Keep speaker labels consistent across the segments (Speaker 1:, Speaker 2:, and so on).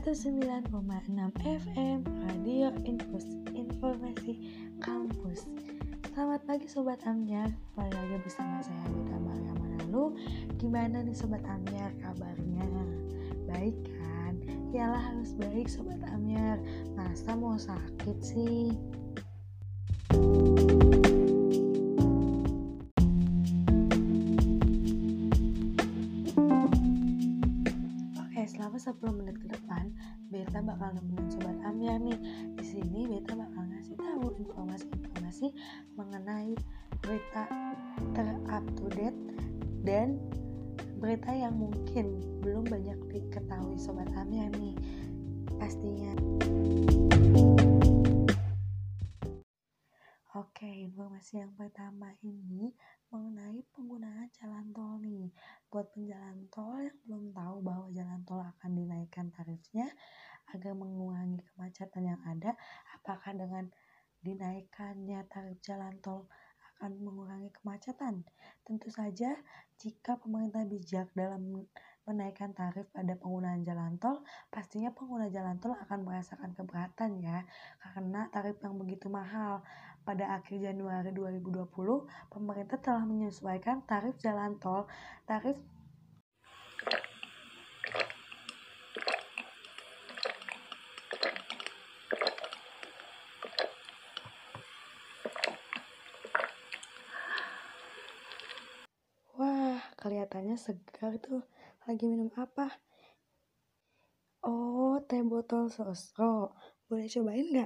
Speaker 1: 109,6 FM Radio Informasi Kampus. Selamat pagi Sobat Amyar, kembali lagi bersama saya Beta Maria Manalu. Gimana nih Sobat Amyar kabarnya? Baik kan? Yalah harus baik Sobat Amyar, masa mau sakit sih? Selama 10 menit ke depan, Beta bakal nemenin Sobat Amyar nih. Di sini Beta bakal ngasih tahu informasi-informasi mengenai berita ter-up-to-date dan berita yang mungkin belum banyak diketahui Sobat Amyar nih pastinya. Oke, informasi yang pertama ini mengenai penggunaan jalan tol nih. Buat penjalan tol yang belum tahu bahwa jalan tol akan dinaikkan tarifnya agar mengurangi kemacetan yang ada, apakah dengan dinaikannya tarif jalan tol akan mengurangi kemacetan? Tentu saja jika pemerintah bijak dalam menaikkan tarif pada penggunaan jalan tol, pastinya pengguna jalan tol akan merasakan keberatan ya, karena tarif yang begitu mahal. Pada akhir Januari 2020, pemerintah telah menyesuaikan tarif jalan tol. Wah, kelihatannya segar tuh. Lagi minum apa? Oh, teh botol sosro. Boleh cobain nggak?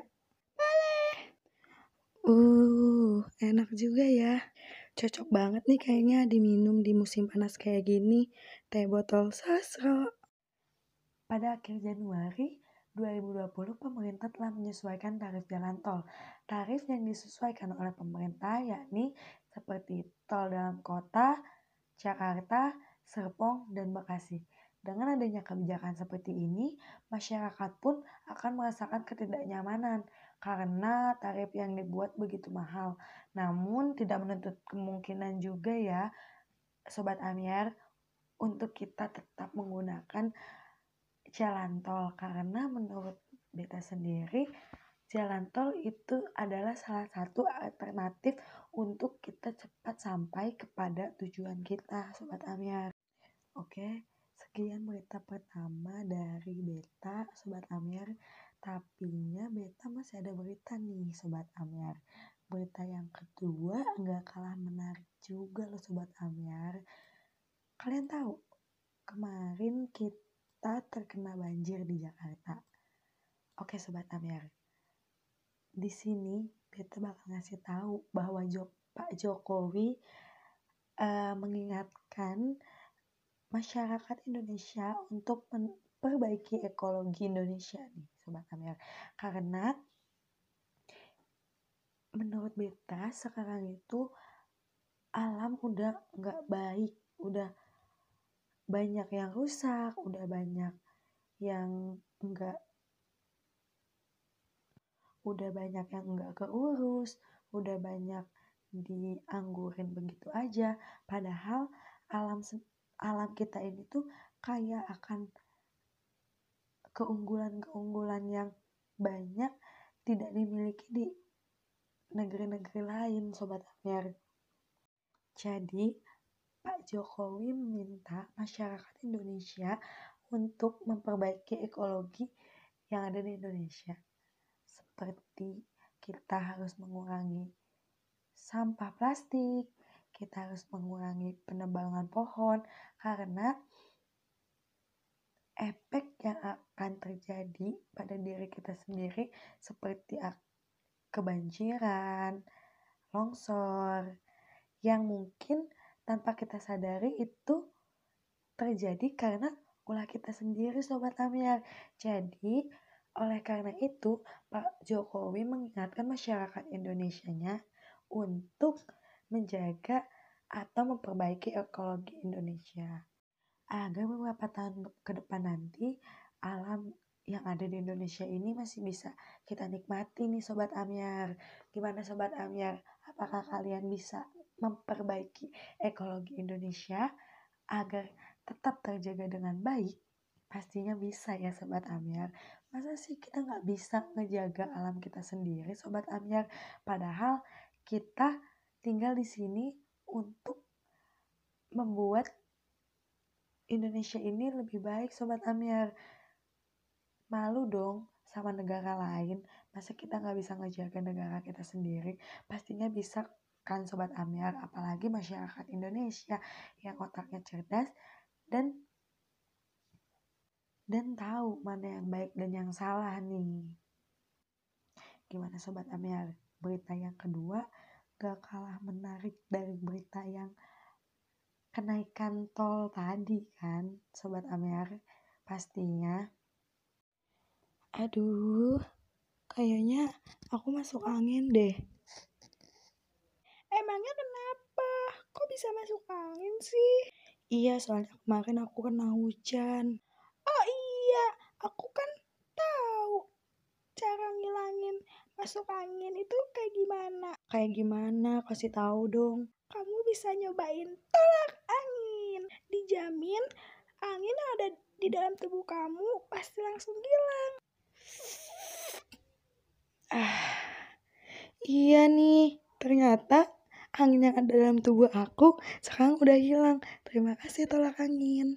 Speaker 1: Enak juga ya. Cocok banget nih kayaknya diminum di musim panas kayak gini. Teh botol sosro. Pada akhir Januari 2020, pemerintah telah menyesuaikan tarif jalan tol. Tarif yang disesuaikan oleh pemerintah yakni seperti tol dalam kota, Jakarta, Serpong, dan Bekasi. Dengan adanya kebijakan seperti ini, masyarakat pun akan merasakan ketidaknyamanan karena tarif yang dibuat begitu mahal. Namun tidak menutup kemungkinan juga ya, Sobat Amyar, untuk kita tetap menggunakan jalan tol, karena menurut Beta sendiri jalan tol itu adalah salah satu alternatif untuk kita cepat sampai kepada tujuan kita, Sobat Amyar. Oke, sekian berita pertama dari Beta, Sobat Amyar. Tapinya Beta masih ada berita nih, Sobat Amyar. Berita yang kedua nggak kalah menarik juga loh, Sobat Amyar. Kalian tahu, kemarin kita terkena banjir di Jakarta. Oke, Sobat Amyar. Di sini Beta bakal ngasih tahu bahwa Pak Jokowi mengingatkan masyarakat Indonesia untuk memperbaiki ekologi Indonesia nih, Sobat Amyar. Karena menurut Beta sekarang itu alam udah nggak baik, udah banyak yang rusak, udah banyak yang nggak keurus, udah banyak dianggurin begitu aja. Padahal alam kita ini tuh kaya akan keunggulan-keunggulan yang banyak tidak dimiliki di negeri-negeri lain, Sobat Amyar. Jadi Pak Jokowi meminta masyarakat Indonesia untuk memperbaiki ekologi yang ada di Indonesia. Seperti kita harus mengurangi sampah plastik, kita harus mengurangi penebangan pohon, karena efek yang akan terjadi pada diri kita sendiri seperti kebanjiran, longsor, yang mungkin tanpa kita sadari itu terjadi karena ulah kita sendiri, Sobat Amyar. Jadi oleh karena itu Pak Jokowi mengingatkan masyarakat Indonesianya untuk menjaga atau memperbaiki ekologi Indonesia agar beberapa tahun ke depan nanti alam yang ada di Indonesia ini masih bisa kita nikmati nih, Sobat Amyar. Gimana Sobat Amyar? Apakah kalian bisa memperbaiki ekologi Indonesia agar tetap terjaga dengan baik? Pastinya bisa ya Sobat Amyar. Masa sih kita nggak bisa ngejaga alam kita sendiri Sobat Amyar? Padahal kita tinggal di sini untuk membuat Indonesia ini lebih baik Sobat Amyar. Malu dong sama negara lain. Masa kita nggak bisa ngejaga negara kita sendiri? Pastinya bisa kan Sobat Amyar. Apalagi masyarakat Indonesia yang otaknya cerdas dan tahu mana yang baik dan yang salah nih. Gimana Sobat Amyar? Berita yang kedua gak kalah menarik dari berita yang kenaikan tol tadi kan Sobat Amyar? Pastinya. Aduh, kayaknya aku masuk angin deh.
Speaker 2: Emangnya kenapa? Kok bisa masuk angin sih?
Speaker 1: Iya, soalnya kemarin aku kena hujan.
Speaker 2: Oh iya, aku kan tahu cara ngilangin masuk angin itu kayak gimana.
Speaker 1: Kayak gimana? Kasih tahu dong.
Speaker 2: Kamu bisa nyobain tolak angin. Dijamin angin yang ada di dalam tubuh kamu pasti langsung hilang.
Speaker 1: Iya nih, ternyata angin yang ada dalam tubuh aku sekarang udah hilang. Terima kasih tolak angin.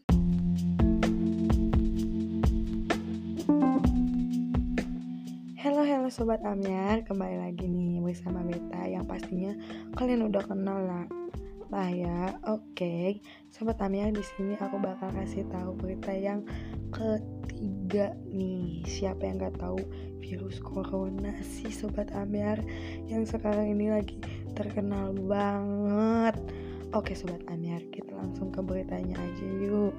Speaker 1: Halo Sobat Amyar, kembali lagi nih bersama Beta yang pastinya kalian udah kenal lah ya. Oke, Sobat Amyar, di sini aku bakal kasih tahu berita yang ketiga nih. Siapa yang nggak tahu virus corona sih Sobat Amyar yang sekarang ini lagi terkenal banget. Oke Sobat Amyar, kita langsung ke beritanya aja yuk.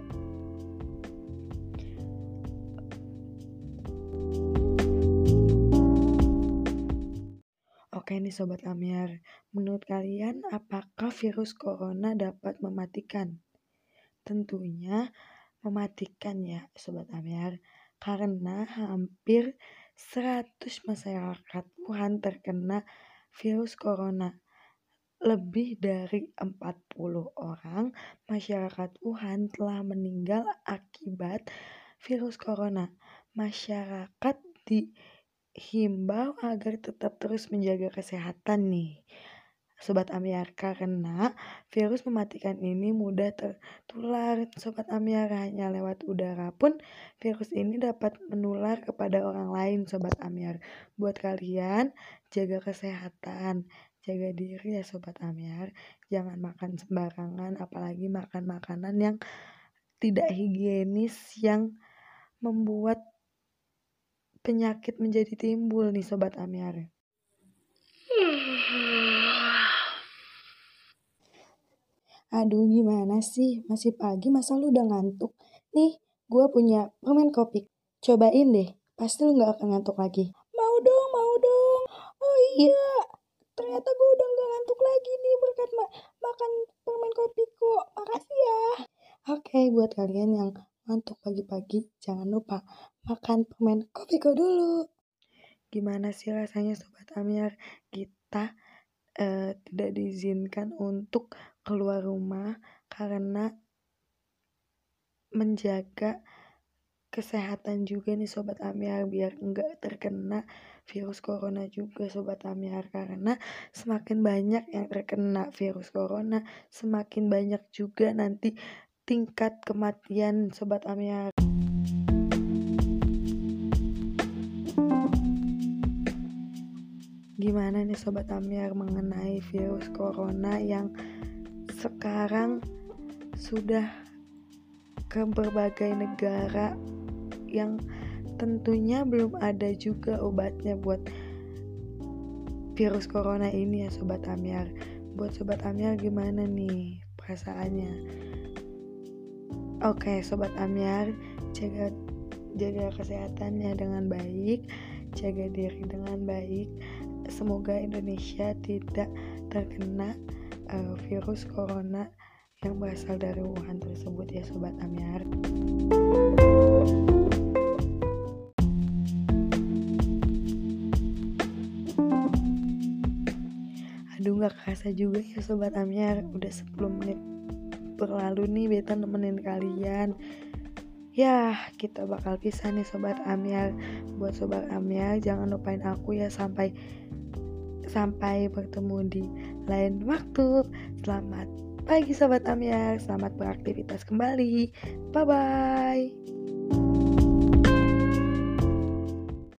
Speaker 1: Oke nih Sobat Amyar, menurut kalian apakah virus corona dapat mematikan? Tentunya mematikan ya Sobat Amyar, karena hampir 100 masyarakat Wuhan terkena virus corona. Lebih dari 40 orang masyarakat Wuhan telah meninggal akibat virus corona. Masyarakat dihimbau agar tetap terus menjaga kesehatan nih Sobat Amyar, karena virus mematikan ini mudah tertular Sobat Amyar. Hanya lewat udara pun virus ini dapat menular kepada orang lain Sobat Amyar. Buat kalian, jaga kesehatan, jaga diri ya Sobat Amyar. Jangan makan sembarangan, apalagi makan makanan yang tidak higienis yang membuat penyakit menjadi timbul nih Sobat Amyar. Aduh gimana sih, masih pagi masa lu udah ngantuk? Nih, gue punya permen kopi. Cobain deh, pasti lu gak akan ngantuk lagi.
Speaker 2: Mau dong. Oh iya, ternyata gue udah gak ngantuk lagi nih berkat makan permen kopiku. Makasih ya.
Speaker 1: Oke, buat kalian yang ngantuk pagi-pagi, jangan lupa makan permen kopiku dulu. Gimana sih rasanya Sobat Amyar? Kita tidak diizinkan untuk keluar rumah karena menjaga kesehatan juga nih Sobat Amyar, biar enggak terkena virus corona juga Sobat Amyar. Karena semakin banyak yang terkena virus corona, semakin banyak juga nanti tingkat kematian Sobat Amyar. Gimana nih Sobat Amyar mengenai virus corona yang sekarang sudah ke berbagai negara yang tentunya belum ada juga obatnya buat virus corona ini ya Sobat Amyar. Buat Sobat Amyar gimana nih perasaannya? Oke Sobat Amyar, jaga kesehatannya dengan baik, jaga diri dengan baik. Semoga Indonesia tidak terkena virus corona yang berasal dari Wuhan tersebut ya Sobat Amyar. Aduh gak kerasa juga ya Sobat Amyar, udah 10 menit berlalu nih Beta nemenin kalian. Ya, kita bakal pisah nih Sobat Amyar. Buat Sobat Amyar, jangan lupain aku ya sampai bertemu di lain waktu. Selamat pagi Sobat Amyar, selamat beraktivitas kembali. Bye-bye.